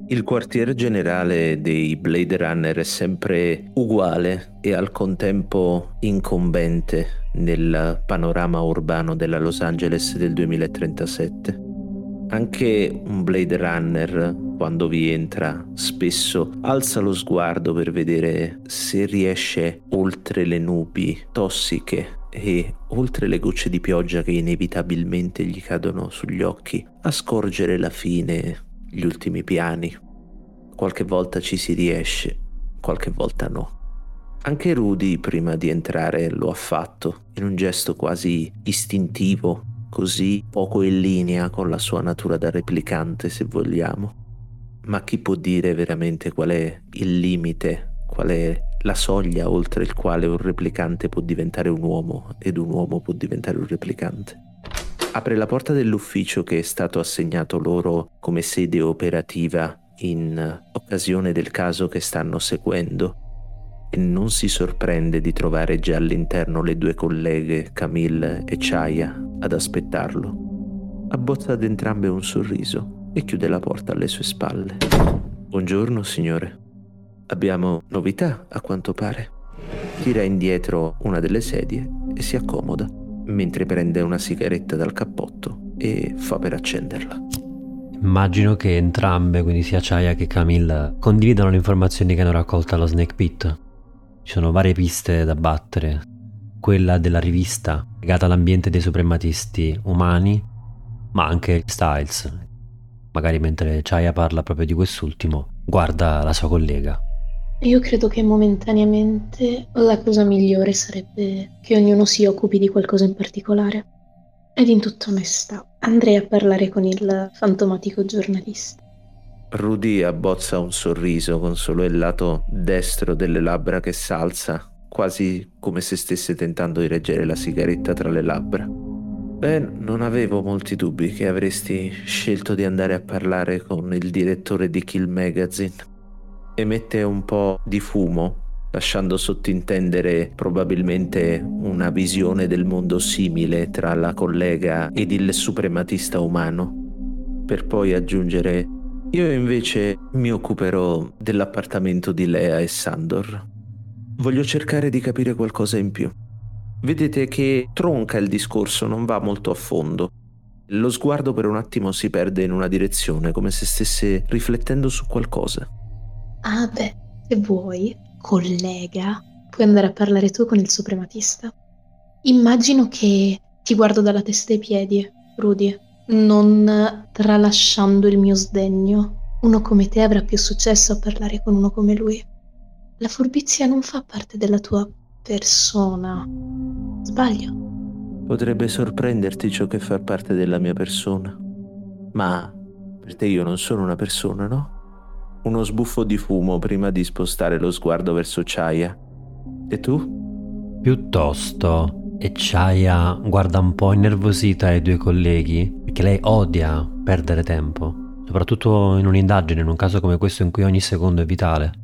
Il quartier generale dei Blade Runner è sempre uguale e al contempo incombente nel panorama urbano della Los Angeles del 2037. Anche un Blade Runner, quando vi entra, spesso alza lo sguardo per vedere se riesce oltre le nubi tossiche e oltre le gocce di pioggia che inevitabilmente gli cadono sugli occhi, a scorgere la fine, gli ultimi piani. Qualche volta ci si riesce, qualche volta no. Anche Rudy prima di entrare lo ha fatto, in un gesto quasi istintivo, così poco in linea con la sua natura da replicante, se vogliamo. Ma chi può dire veramente qual è il limite, qual è la soglia oltre il quale un replicante può diventare un uomo ed un uomo può diventare un replicante? Apre la porta dell'ufficio che è stato assegnato loro come sede operativa in occasione del caso che stanno seguendo e non si sorprende di trovare già all'interno le due colleghe, Camille e Chaya, ad aspettarlo. Abbozza ad entrambe un sorriso e chiude la porta alle sue spalle. Buongiorno, signore. Abbiamo novità, a quanto pare. Tira indietro una delle sedie e si accomoda, mentre prende una sigaretta dal cappotto e fa per accenderla. Immagino che entrambe, quindi sia Chaya che Camille, condividano le informazioni che hanno raccolto allo Snake Pit. Ci sono varie piste da battere. Quella della rivista legata all'ambiente dei suprematisti umani, ma anche Styles. Magari mentre Chaya parla proprio di quest'ultimo, guarda la sua collega. Io credo che momentaneamente la cosa migliore sarebbe che ognuno si occupi di qualcosa in particolare. Ed in tutta onestà andrei a parlare con il fantomatico giornalista. Rudy abbozza un sorriso con solo il lato destro delle labbra che s'alza, quasi come se stesse tentando di reggere la sigaretta tra le labbra. Beh, non avevo molti dubbi che avresti scelto di andare a parlare con il direttore di Kill Magazine. Emette un po' di fumo, lasciando sottintendere probabilmente una visione del mondo simile tra la collega ed il suprematista umano, per poi aggiungere: io invece mi occuperò dell'appartamento di Lea e Sandor. Voglio cercare di capire qualcosa in più. Vedete che tronca il discorso, non va molto a fondo. Lo sguardo per un attimo si perde in una direzione, come se stesse riflettendo su qualcosa. Ah beh, se vuoi, collega, puoi andare a parlare tu con il suprematista. Immagino che ti guardo dalla testa ai piedi, Rudy, non tralasciando il mio sdegno. Uno come te avrà più successo a parlare con uno come lui. La furbizia non fa parte della tua persona. Sbaglio? Potrebbe sorprenderti ciò che fa parte della mia persona. Ma per te io non sono una persona, no? Uno sbuffo di fumo prima di spostare lo sguardo verso Chaya. E tu? Piuttosto, e Chaya guarda un po' innervosita ai due colleghi, perché lei odia perdere tempo, soprattutto in un'indagine, in un caso come questo in cui ogni secondo è vitale.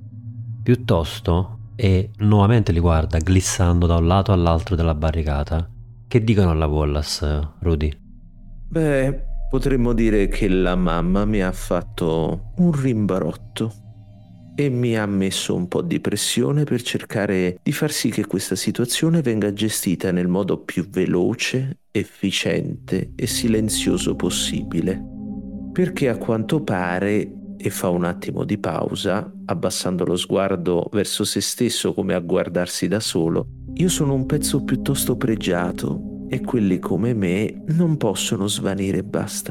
Piuttosto, e nuovamente li guarda glissando da un lato all'altro della barricata. Che dicono alla Wallace, Rudy? Beh, potremmo dire che la mamma mi ha fatto un rimbarotto e mi ha messo un po' di pressione per cercare di far sì che questa situazione venga gestita nel modo più veloce, efficiente e silenzioso possibile. Perché a quanto pare, e fa un attimo di pausa, abbassando lo sguardo verso se stesso come a guardarsi da solo, io sono un pezzo piuttosto pregiato e quelli come me non possono svanire e basta.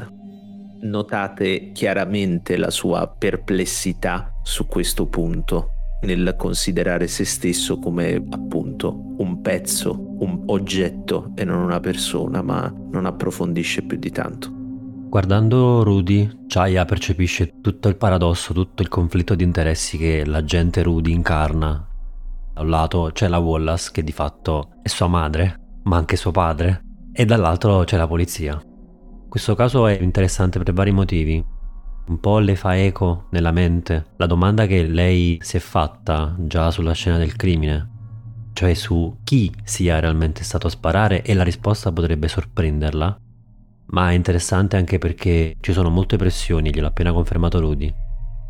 Notate chiaramente la sua perplessità su questo punto, nel considerare se stesso come appunto un pezzo, un oggetto e non una persona, ma non approfondisce più di tanto. Guardando Rudy, Chaya percepisce tutto il paradosso, tutto il conflitto di interessi che l'agente Rudy incarna. Da un lato c'è la Wallace, che di fatto è sua madre, ma anche suo padre, e dall'altro c'è la polizia. Questo caso è interessante per vari motivi. Un po' le fa eco nella mente la domanda che lei si è fatta già sulla scena del crimine, cioè su chi sia realmente stato a sparare, e la risposta potrebbe sorprenderla. Ma è interessante anche perché ci sono molte pressioni, gliel'ha appena confermato Rudy.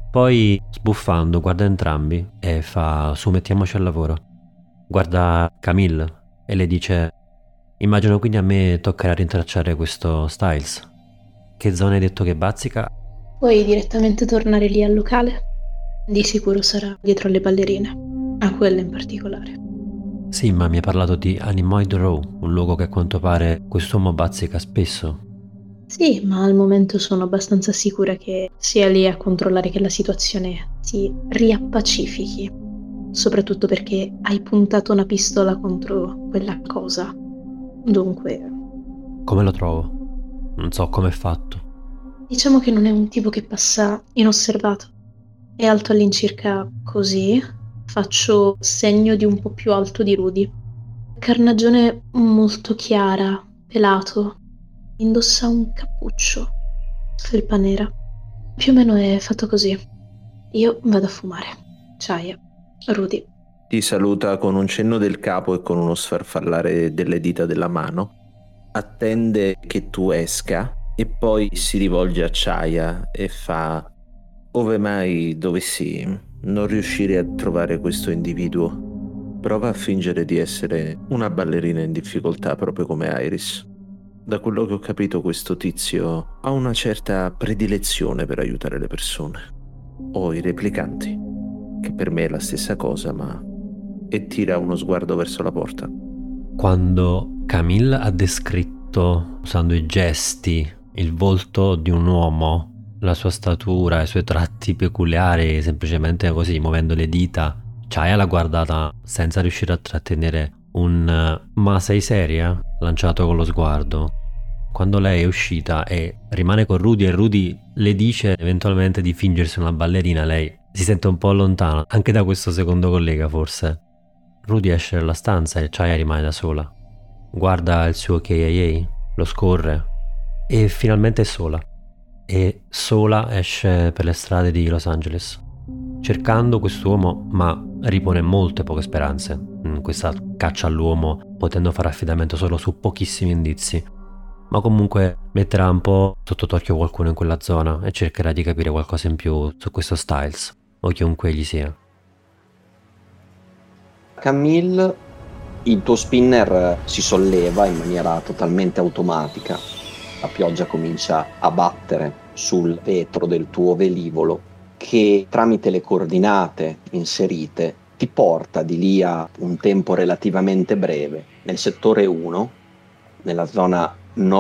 Poi, sbuffando, guarda entrambi e fa: su, mettiamoci al lavoro. Guarda Camille e le dice: immagino quindi a me toccherà rintracciare questo Styles. Che zona hai detto che bazzica? Puoi direttamente tornare lì al locale? Di sicuro sarà dietro le ballerine, a quelle in particolare. Sì, ma mi ha parlato di Anemoid Row, un luogo che a quanto pare quest'uomo bazzica spesso. Sì, ma al momento sono abbastanza sicura che sia lì a controllare che la situazione si riappacifichi. Soprattutto perché hai puntato una pistola contro quella cosa. Dunque, Come lo trovo? Non so come è fatto. diciamo che non è un tipo che passa inosservato. È alto all'incirca così. Faccio segno di un po' più alto di Rudy. Carnagione molto chiara, pelato. Indossa un cappuccio, felpa nera. Più o meno è fatto così. Io vado a fumare. Ciao, Rudy. Ti saluta con un cenno del capo e con uno sfarfallare delle dita della mano. Attende che tu esca e poi si rivolge a Chaya e fa: ove mai dovessi non riuscire a trovare questo individuo, prova a fingere di essere una ballerina in difficoltà proprio come Iris. Da quello che ho capito, questo tizio ha una certa predilezione per aiutare le persone, o i replicanti, che per me è la stessa cosa, ma... E tira uno sguardo verso la porta. Quando Camille ha descritto, usando i gesti, il volto di un uomo, la sua statura, i suoi tratti peculiari, semplicemente così, muovendo le dita, Chaya l'ha guardata senza riuscire a trattenere un "ma sei seria?" lanciato con lo sguardo. Quando lei è uscita e rimane con Rudy e Rudy le dice eventualmente di fingersi una ballerina, lei si sente un po' lontana, anche da questo secondo collega forse. Rudy esce dalla stanza e Chaya rimane da sola. Guarda il suo KAA, lo scorre e finalmente è sola. E sola esce per le strade di Los Angeles, cercando quest'uomo, ma ripone molte poche speranze in questa caccia all'uomo, potendo fare affidamento solo su pochissimi indizi. Ma comunque metterà un po' sotto torchio qualcuno in quella zona e cercherà di capire qualcosa in più su questo Styles, o chiunque egli sia. Camille, il tuo spinner si solleva in maniera totalmente automatica. La pioggia comincia a battere sul vetro del tuo velivolo che tramite le coordinate inserite ti porta di lì a un tempo relativamente breve nel settore 1, nella zona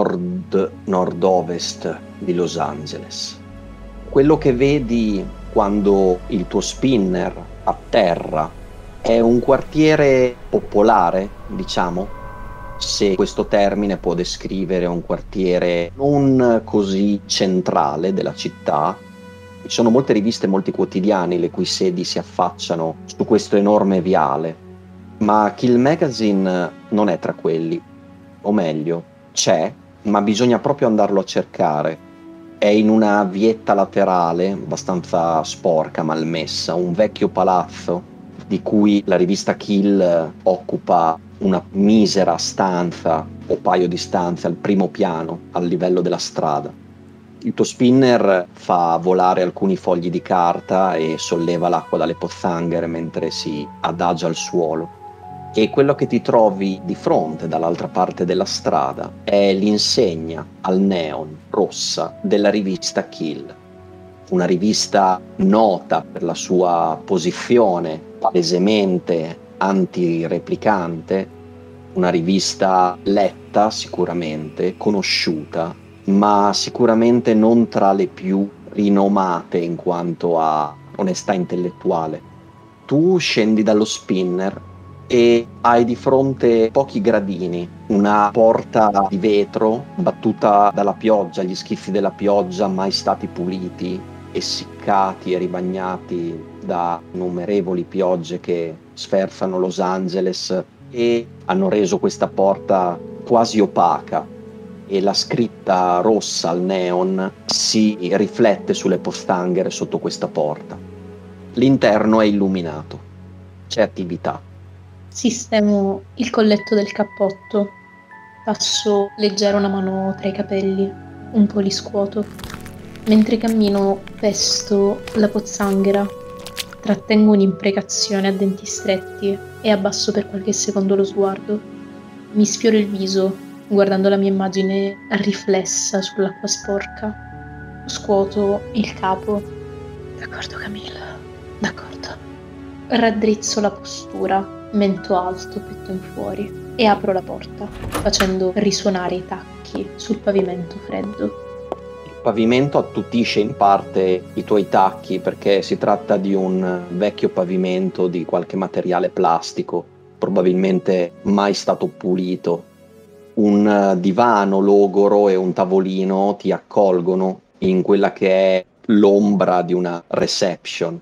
nord-nord-ovest di Los Angeles. Quello che vedi quando il tuo spinner atterra è un quartiere popolare, diciamo, se questo termine può descrivere un quartiere non così centrale della città. Ci sono molte riviste e molti quotidiani le cui sedi si affacciano su questo enorme viale, ma Kill Magazine non è tra quelli, o meglio, c'è, ma bisogna proprio andarlo a cercare. È in una vietta laterale, abbastanza sporca, malmessa, un vecchio palazzo di cui la rivista Kill occupa una misera stanza o paio di stanze al primo piano, al livello della strada. Il tuo spinner fa volare alcuni fogli di carta e solleva l'acqua dalle pozzanghere mentre si adagia al suolo. E quello che ti trovi di fronte dall'altra parte della strada è l'insegna al neon rossa della rivista Kill. Una rivista nota per la sua posizione palesemente antireplicante, una rivista letta sicuramente, conosciuta, ma sicuramente non tra le più rinomate in quanto a onestà intellettuale. Tu scendi dallo spinner e hai di fronte pochi gradini, una porta di vetro battuta dalla pioggia, gli schizzi della pioggia mai stati puliti, essiccati e ribagnati da innumerevoli piogge che sferzano Los Angeles e hanno reso questa porta quasi opaca, e la scritta rossa al neon si riflette sulle pozzanghere sotto questa porta. L'interno è illuminato, c'è attività. Sistemo il colletto del cappotto. Passo leggero una mano tra i capelli. Un po' li scuoto. Mentre cammino, pesto la pozzanghera, trattengo un'imprecazione a denti stretti e abbasso per qualche secondo lo sguardo. Mi sfioro il viso, guardando la mia immagine riflessa sull'acqua sporca. Scuoto il capo. D'accordo, Camilla, d'accordo. Raddrizzo la postura, mento alto, petto in fuori, e apro la porta, facendo risuonare i tacchi sul pavimento freddo. Il pavimento attutisce in parte i tuoi tacchi perché si tratta di un vecchio pavimento di qualche materiale plastico, probabilmente mai stato pulito. Un divano logoro e un tavolino ti accolgono in quella che è l'ombra di una reception,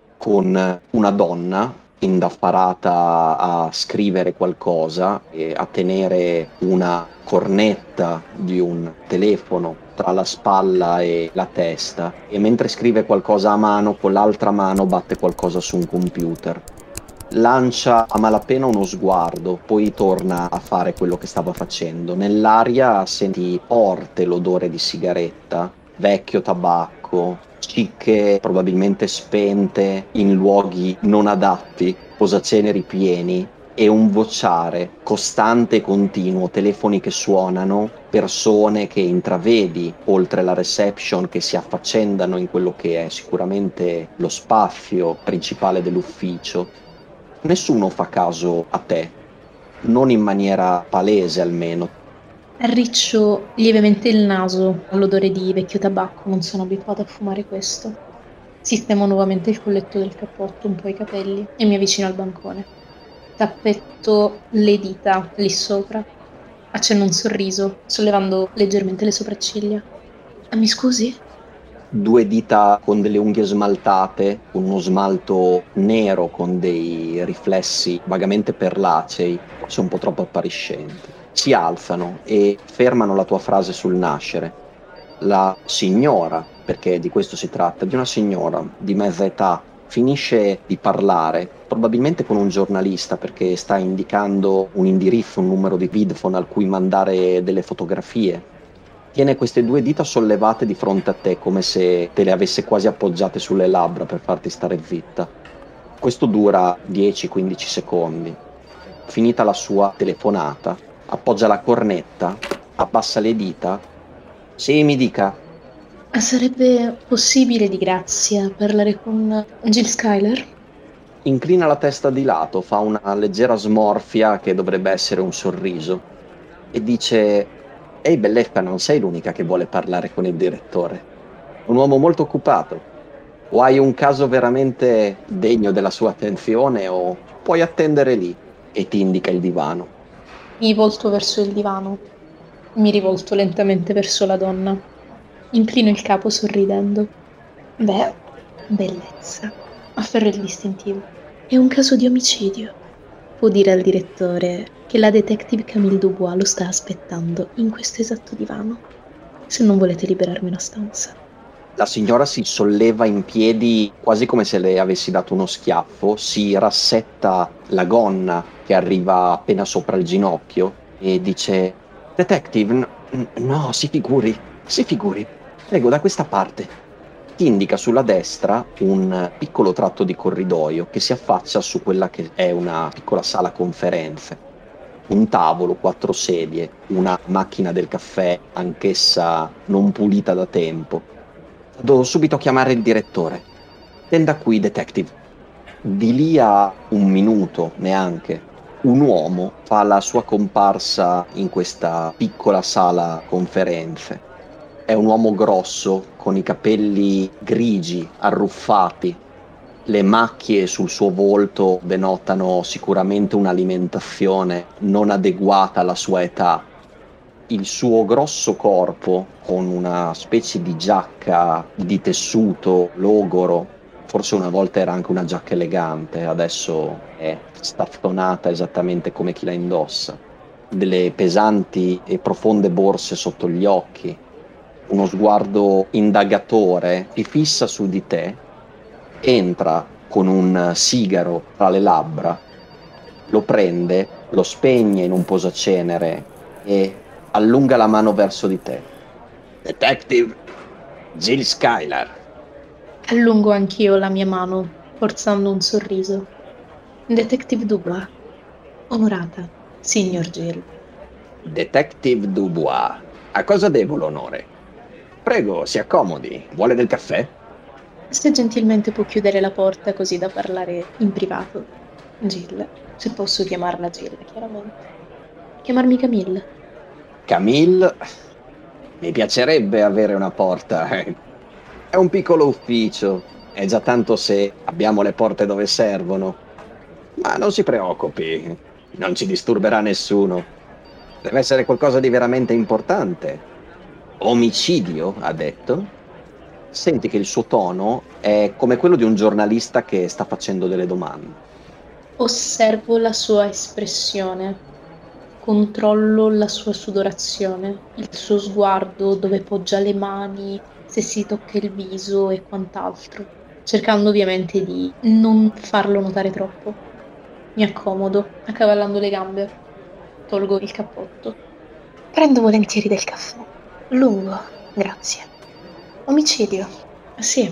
con una donna indaffarata a scrivere qualcosa e a tenere una cornetta di un telefono tra la spalla e la testa, e mentre scrive qualcosa a mano con l'altra mano batte qualcosa su un computer. Lancia a malapena uno sguardo, poi torna a fare quello che stava facendo. Nell'aria senti forte l'odore di sigaretta, vecchio tabacco, cicche probabilmente spente in luoghi non adatti, posaceneri pieni, e un vociare costante e continuo, telefoni che suonano, persone che intravedi oltre la reception che si affaccendano in quello che è sicuramente lo spazio principale dell'ufficio. Nessuno fa caso a te, non in maniera palese almeno. Arriccio lievemente il naso all'odore di vecchio tabacco, non sono abituata a fumare questo. Sistemo nuovamente il colletto del cappotto, un po' i capelli, e mi avvicino al bancone. Tappetto le dita lì sopra. Accenno un sorriso, sollevando leggermente le sopracciglia. Mi scusi? 2 dita con delle unghie smaltate, con uno smalto nero con dei riflessi vagamente perlacei, forse un po' troppo appariscenti. Si alzano e fermano la tua frase sul nascere. La signora, perché di questo si tratta, di una signora di mezza età, finisce di parlare, probabilmente con un giornalista perché sta indicando un indirizzo, un numero di vidphone al cui mandare delle fotografie. Tiene queste 2 dita sollevate di fronte a te come se te le avesse quasi appoggiate sulle labbra per farti stare zitta. Questo dura 10-15 secondi. Finita la sua telefonata, appoggia la cornetta, abbassa le dita. Sì, mi dica. Sarebbe possibile, di grazia, parlare con Jill Schuyler? Inclina la testa di lato, fa una leggera smorfia che dovrebbe essere un sorriso e dice: ehi bellezza, non sei l'unica che vuole parlare con il direttore. Un uomo molto occupato. O hai un caso veramente degno della sua attenzione o puoi attendere lì, e ti indica il divano. Mi volto verso il divano. Mi rivolto lentamente verso la donna. Inclino il capo sorridendo. Beh, bellezza. Afferro il distintivo. È un caso di omicidio. Può dire al direttore che la detective Camille Dubois lo sta aspettando in questo esatto divano, se non volete liberarmi una stanza. La signora si solleva in piedi quasi come se le avessi dato uno schiaffo, si rassetta la gonna che arriva appena sopra il ginocchio e dice: Detective, no, si figuri, prego, da questa parte. Ti indica sulla destra un piccolo tratto di corridoio che si affaccia su quella che è una piccola sala conferenze. Un tavolo, 4 sedie, una macchina del caffè, anch'essa non pulita da tempo. Devo subito chiamare il direttore. Tenda qui, detective. Di lì a 1 minuto, neanche, un uomo fa la sua comparsa in questa piccola sala conferenze. È un uomo grosso, con i capelli grigi, arruffati. Le macchie sul suo volto denotano sicuramente un'alimentazione non adeguata alla sua età. Il suo grosso corpo, con una specie di giacca di tessuto logoro, forse una volta era anche una giacca elegante, adesso è staffonata esattamente come chi la indossa, delle pesanti e profonde borse sotto gli occhi, uno sguardo indagatore ti fissa su di te, entra con un sigaro tra le labbra, lo prende, lo spegne in un posacenere e allunga la mano verso di te. Detective, Jill Skylar. Allungo anch'io la mia mano, forzando un sorriso. Detective Dubois. Onorata, signor Gill. Detective Dubois. A cosa devo l'onore? Prego, si accomodi. Vuole del caffè? Se gentilmente può chiudere la porta così da parlare in privato. Jill, se posso chiamarla Jill, chiaramente. Chiamarmi Camille. Camille, mi piacerebbe avere una porta. È un piccolo ufficio. È già tanto se abbiamo le porte dove servono. Ma non si preoccupi, non ci disturberà nessuno. Deve essere qualcosa di veramente importante. Omicidio, ha detto? Senti che il suo tono è come quello di un giornalista che sta facendo delle domande. Osservo la sua espressione. Controllo la sua sudorazione, il suo sguardo dove poggia le mani, se si tocca il viso e quant'altro, cercando ovviamente di non farlo notare troppo. Mi accomodo, accavallando le gambe. Tolgo il cappotto. Prendo volentieri del caffè. Lungo, grazie. Omicidio. Sì,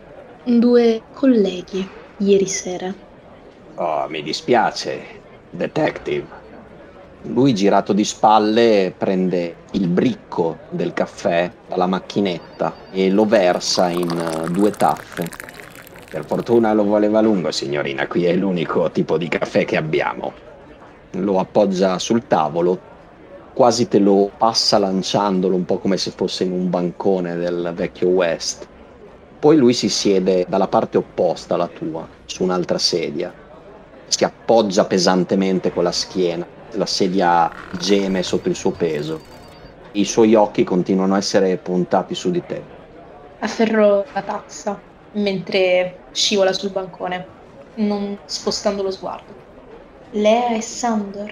2 colleghi ieri sera. Oh, mi dispiace, detective. Lui, girato di spalle, prende il bricco del caffè dalla macchinetta e lo versa in 2 tazze. Per fortuna lo voleva lungo, signorina, qui è l'unico tipo di caffè che abbiamo. Lo appoggia sul tavolo, quasi te lo passa lanciandolo un po' come se fosse in un bancone del vecchio West. Poi lui si siede dalla parte opposta alla tua, su un'altra sedia. Si appoggia pesantemente con la schiena. La sedia geme sotto il suo peso. I suoi occhi continuano a essere puntati su di te. Afferro la tazza mentre scivola sul bancone, non spostando lo sguardo. Lea e Sandor.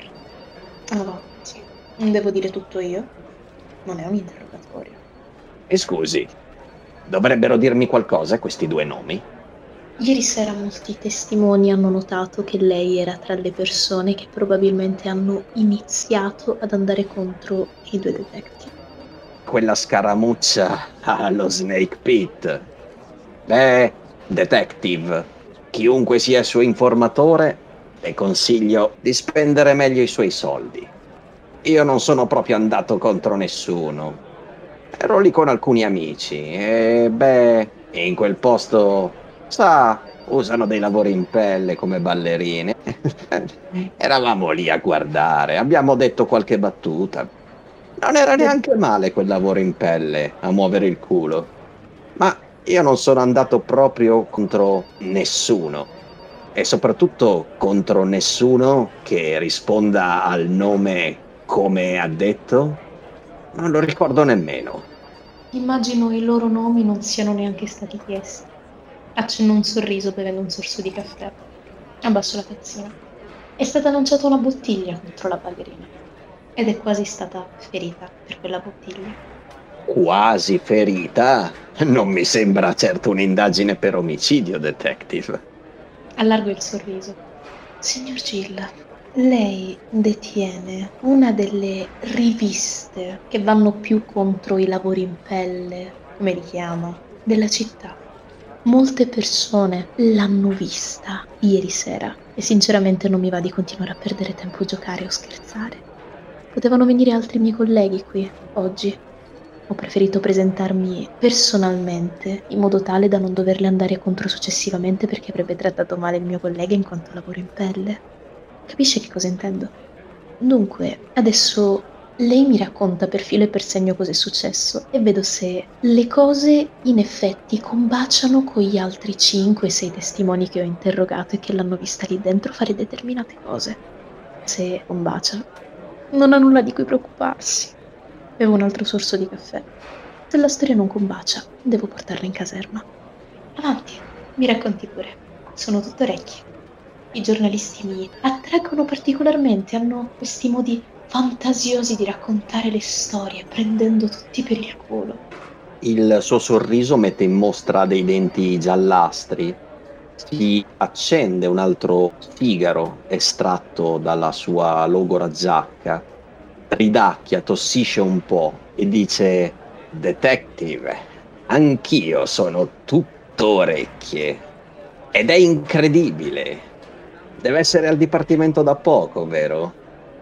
Avanti. Non devo dire tutto io? Non è un interrogatorio. E scusi, dovrebbero dirmi qualcosa questi 2 nomi? Ieri sera molti testimoni hanno notato che lei era tra le persone che probabilmente hanno iniziato ad andare contro i 2 detective. Quella scaramuccia allo Snake Pit. Beh, detective, chiunque sia il suo informatore, le consiglio di spendere meglio i suoi soldi. Io non sono proprio andato contro nessuno. Ero lì con alcuni amici e in quel posto, sa, usano dei lavori in pelle come ballerine. Eravamo lì a guardare, abbiamo detto qualche battuta. Non era neanche male quel lavoro in pelle, a muovere il culo. Ma io non sono andato proprio contro nessuno. E soprattutto contro nessuno che risponda al nome come ha detto. Non lo ricordo nemmeno. Immagino i loro nomi non siano neanche stati chiesti. Accenno un sorriso bevendo un sorso di caffè. Abbasso la tazzina. È stata lanciata una bottiglia contro la ballerina ed è quasi stata ferita per quella bottiglia. Quasi ferita? Non mi sembra certo un'indagine per omicidio, detective. Allargo il sorriso. Signor Gill, lei detiene una delle riviste che vanno più contro i lavori in pelle, come li chiama, della città. Molte persone l'hanno vista ieri sera e sinceramente non mi va di continuare a perdere tempo a giocare o scherzare. Potevano venire altri miei colleghi qui oggi. Ho preferito presentarmi personalmente in modo tale da non doverle andare contro successivamente perché avrebbe trattato male il mio collega in quanto lavoro in pelle. Capisce che cosa intendo? Dunque, adesso lei mi racconta per filo e per segno cosa è successo e vedo se le cose in effetti combaciano con gli altri 5-6 testimoni che ho interrogato e che l'hanno vista lì dentro fare determinate cose. Se combacia, non ha nulla di cui preoccuparsi. Bevo un altro sorso di caffè. Se la storia non combacia, devo portarla in caserma. Avanti, mi racconti pure. Sono tutto orecchi. I giornalisti mi attraggono particolarmente, hanno questi modi fantasiosi di raccontare le storie, prendendo tutti per il culo. Il suo sorriso mette in mostra dei denti giallastri. Si accende un altro sigaro estratto dalla sua logora giacca. Ridacchia, tossisce un po' e dice: Detective, Anch'io sono tutto orecchie. Ed è incredibile. Deve essere al dipartimento da poco, vero?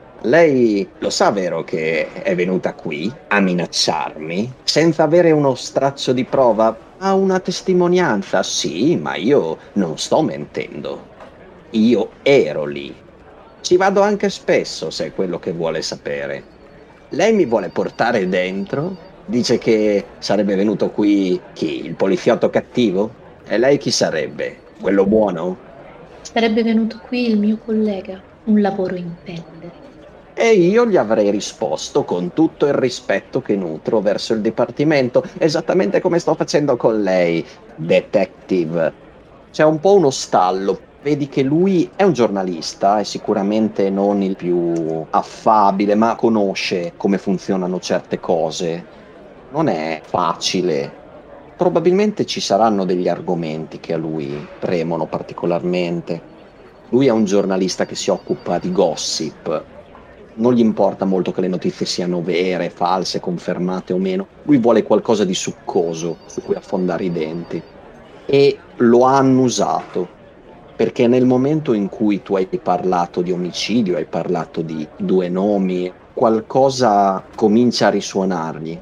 Lei lo sa, vero, che è venuta qui a minacciarmi senza avere uno straccio di prova? Ha una testimonianza? Sì, ma io non sto mentendo. Io ero lì. Ci vado anche spesso, se è quello che vuole sapere. Lei mi vuole portare dentro? Dice che sarebbe venuto qui chi? Il poliziotto cattivo? E lei chi sarebbe? Quello buono? Sarebbe venuto qui il mio collega, un lavoro in pelle. E io gli avrei risposto con tutto il rispetto che nutro verso il dipartimento, esattamente come sto facendo con lei, detective. C'è un po' uno stallo. Vedi che lui è un giornalista, è sicuramente non il più affabile, ma conosce come funzionano certe cose. Non è facile. Probabilmente ci saranno degli argomenti che a lui premono particolarmente. Lui è un giornalista che si occupa di gossip. Non gli importa molto che le notizie siano vere, false, confermate o meno. Lui vuole qualcosa di succoso su cui affondare i denti. E lo ha annusato. Perché nel momento in cui tu hai parlato di omicidio, hai parlato di due nomi, qualcosa comincia a risuonargli.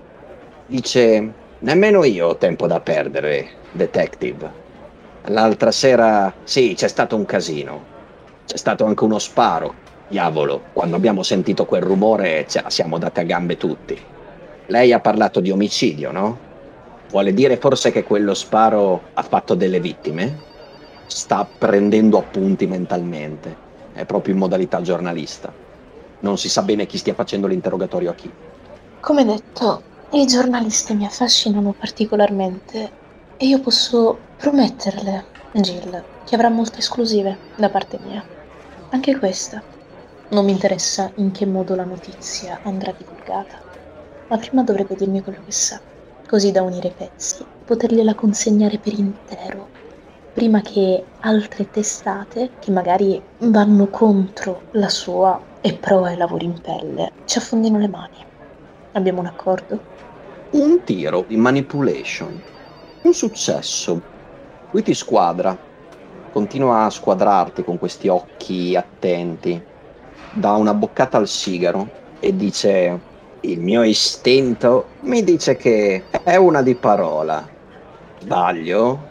Dice, nemmeno io ho tempo da perdere, detective. L'altra sera, sì, c'è stato un casino. C'è stato anche uno sparo. Diavolo, quando abbiamo sentito quel rumore ce la siamo date a gambe tutti. Lei ha parlato di omicidio, no? Vuole dire forse che quello sparo ha fatto delle vittime? Sta prendendo appunti mentalmente. È proprio in modalità giornalista. Non si sa bene chi stia facendo l'interrogatorio a chi. Come detto, i giornalisti mi affascinano particolarmente e io posso prometterle, Jill, che avrà molte esclusive da parte mia. Anche questa. Non mi interessa in che modo la notizia andrà divulgata, ma prima dovrebbe dirmi quello che sa, così da unire i pezzi e potergliela consegnare per intero, prima che altre testate, che magari vanno contro la sua e pro ai lavori in pelle, ci affondino le mani. Abbiamo un accordo? Un tiro di manipulation. Un successo. Lui ti squadra. Continua a squadrarti con questi occhi attenti. Dà una boccata al sigaro e dice: il mio istinto mi dice che è una di parola. Sbaglio?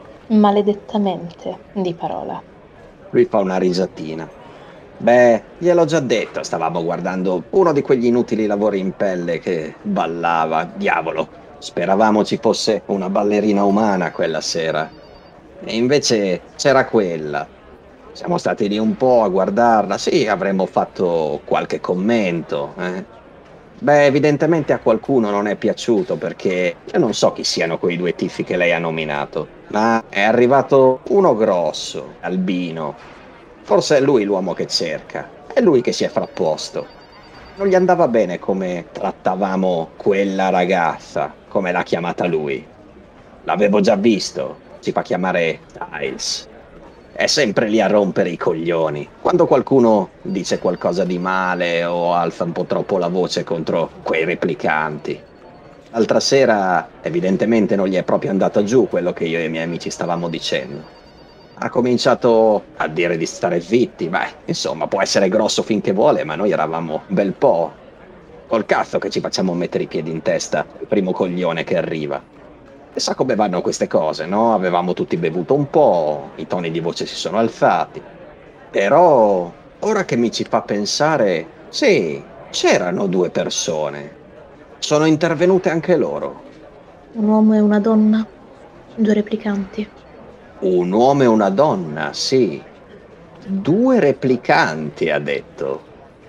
Maledettamente di parola. Lui fa una risatina. Beh, gliel'ho già detto, stavamo guardando uno di quegli inutili lavori in pelle che ballava. Diavolo, speravamo ci fosse una ballerina umana quella sera. E invece c'era quella. Siamo stati lì un po' a guardarla. Sì, avremmo fatto qualche commento. Beh, evidentemente a qualcuno non è piaciuto perché io non so chi siano quei due tizi che lei ha nominato, ma è arrivato uno grosso, albino. Forse è lui l'uomo che cerca. È lui che si è frapposto. Non gli andava bene come trattavamo quella ragazza, come l'ha chiamata lui. L'avevo già visto. Si fa chiamare Styles. È sempre lì a rompere i coglioni. Quando qualcuno dice qualcosa di male o alza un po' troppo la voce contro quei replicanti. L'altra sera, evidentemente, non gli è proprio andato giù quello che io e i miei amici stavamo dicendo. Ha cominciato a dire di stare zitti. Beh, insomma, può essere grosso finché vuole, ma noi eravamo un bel po'. Col cazzo che ci facciamo mettere i piedi in testa il primo coglione che arriva. E sa come vanno queste cose, no? Avevamo tutti bevuto un po', i toni di voce si sono alzati. Però, ora che mi ci fa pensare, sì, c'erano due persone. Sono intervenute anche loro. Un uomo e una donna? Due replicanti? Un uomo e una donna, sì. Due replicanti, ha detto.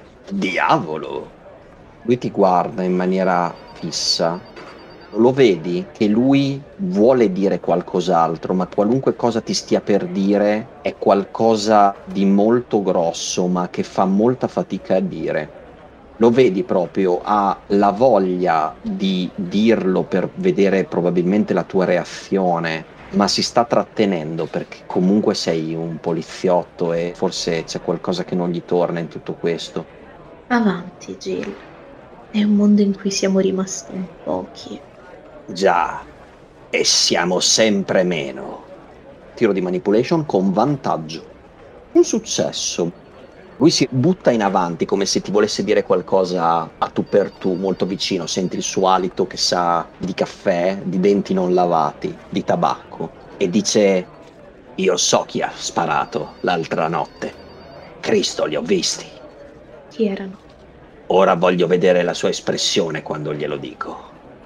Diavolo! Lui ti guarda in maniera fissa. Lo vedi che lui vuole dire qualcos'altro, ma qualunque cosa ti stia per dire è qualcosa di molto grosso, ma che fa molta fatica a dire. Lo vedi proprio, ha la voglia di dirlo per vedere probabilmente la tua reazione, ma si sta trattenendo perché comunque sei un poliziotto e forse c'è qualcosa che non gli torna in tutto questo. Avanti, Jill. È un mondo in cui siamo rimasti in pochi. Già, E siamo sempre meno. Tiro di manipulation con vantaggio. Un successo. Lui si butta in avanti come se ti volesse dire qualcosa a tu per tu, molto vicino. Senti il suo alito che sa di caffè, di denti non lavati, di tabacco. E dice: io so chi ha sparato l'altra notte. Cristo, li ho visti. Chi erano? Ora voglio vedere la sua espressione quando glielo dico.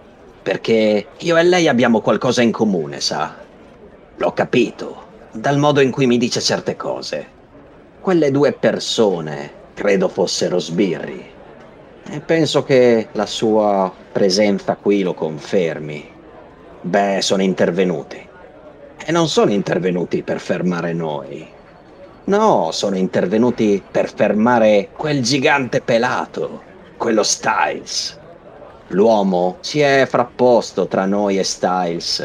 Perché io e lei abbiamo qualcosa in comune, sa? L'ho capito, dal modo in cui mi dice certe cose. Quelle due persone credo fossero sbirri. E penso che la sua presenza qui lo confermi. Beh, sono intervenuti. E non sono intervenuti per fermare noi. No, sono intervenuti per fermare quel gigante pelato, quello Styles. L'uomo si è frapposto tra noi e Styles.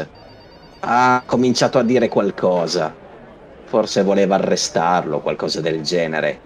Ha cominciato a dire qualcosa. Forse voleva arrestarlo, qualcosa del genere.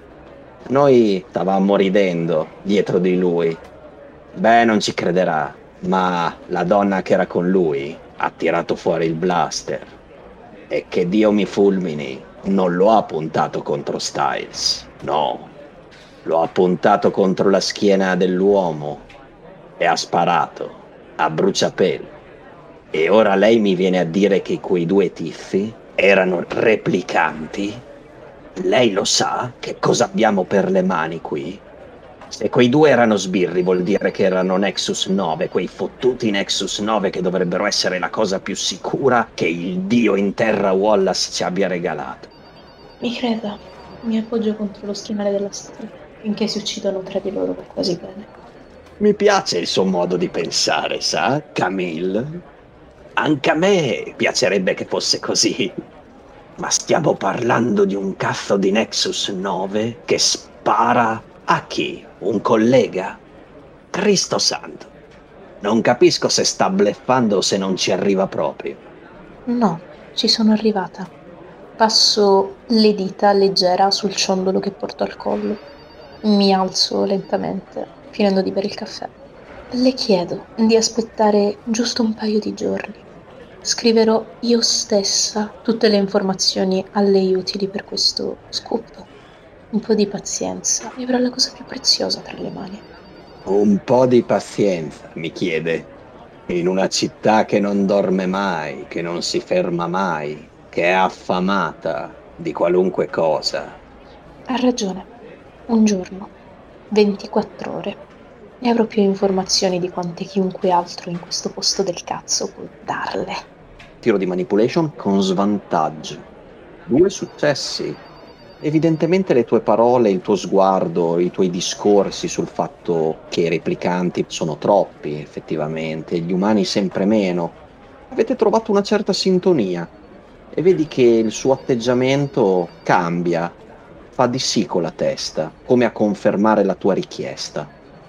Noi stavamo ridendo dietro di lui. Beh, non ci crederà, ma la donna che era con lui ha tirato fuori il blaster. E che Dio mi fulmini, non lo ha puntato contro Styles. No, lo ha puntato contro la schiena dell'uomo e ha sparato a bruciapelo. E ora lei mi viene a dire che quei due tizi erano replicanti? Lei lo sa che cosa abbiamo per le mani qui? Se quei due erano sbirri vuol dire che erano Nexus 9, quei fottuti Nexus 9 che dovrebbero essere la cosa più sicura che il dio in terra Wallace ci abbia regalato. Mi creda, mi appoggio contro lo schienale della statua, finché si uccidono tra di loro per quasi bene. Mi piace il suo modo di pensare, sa, Camille? Anche a me piacerebbe che fosse così. Ma stiamo parlando di un cazzo di Nexus 9 che spara a chi? Un collega? Cristo santo. Non capisco se sta bluffando o se non ci arriva proprio. No, ci sono arrivata. Passo le dita leggera sul ciondolo che porto al collo. Mi alzo lentamente, finendo di bere il caffè. Le chiedo di aspettare giusto un paio di giorni. Scriverò io stessa tutte le informazioni a lei utili per questo scoop. Un po' di pazienza e avrà la cosa più preziosa tra le mani. Un po' di pazienza, mi chiede. In una città che non dorme mai, che non si ferma mai, che è affamata di qualunque cosa. Ha ragione. Un giorno, 24 ore, e avrò più informazioni di quante chiunque altro in questo posto del cazzo può darle. Tiro di manipulation con svantaggio. 2 successi. Evidentemente le tue parole, il tuo sguardo, i tuoi discorsi sul fatto che i replicanti sono troppi, effettivamente, gli umani sempre meno. Avete trovato una certa sintonia e vedi che il suo atteggiamento cambia, fa di sì con la testa, come a confermare la tua richiesta.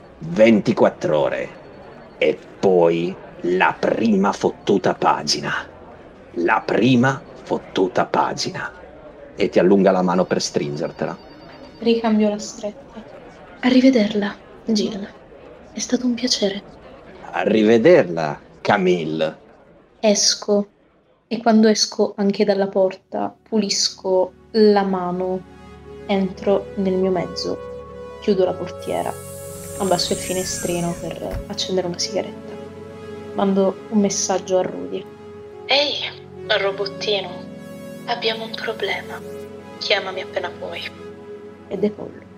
24 ore. E poi la prima fottuta pagina. La prima fottuta pagina. E ti allunga la mano per stringertela. Ricambio la stretta. Arrivederla, Jill. È stato un piacere. Arrivederla, Camille. Esco e quando esco anche dalla porta pulisco la mano, entro nel mio mezzo, chiudo la portiera, abbasso il finestrino per accendere una sigaretta. Mando un messaggio a Rudy. Ehi, robottino, abbiamo un problema. Chiamami appena puoi. E decollo.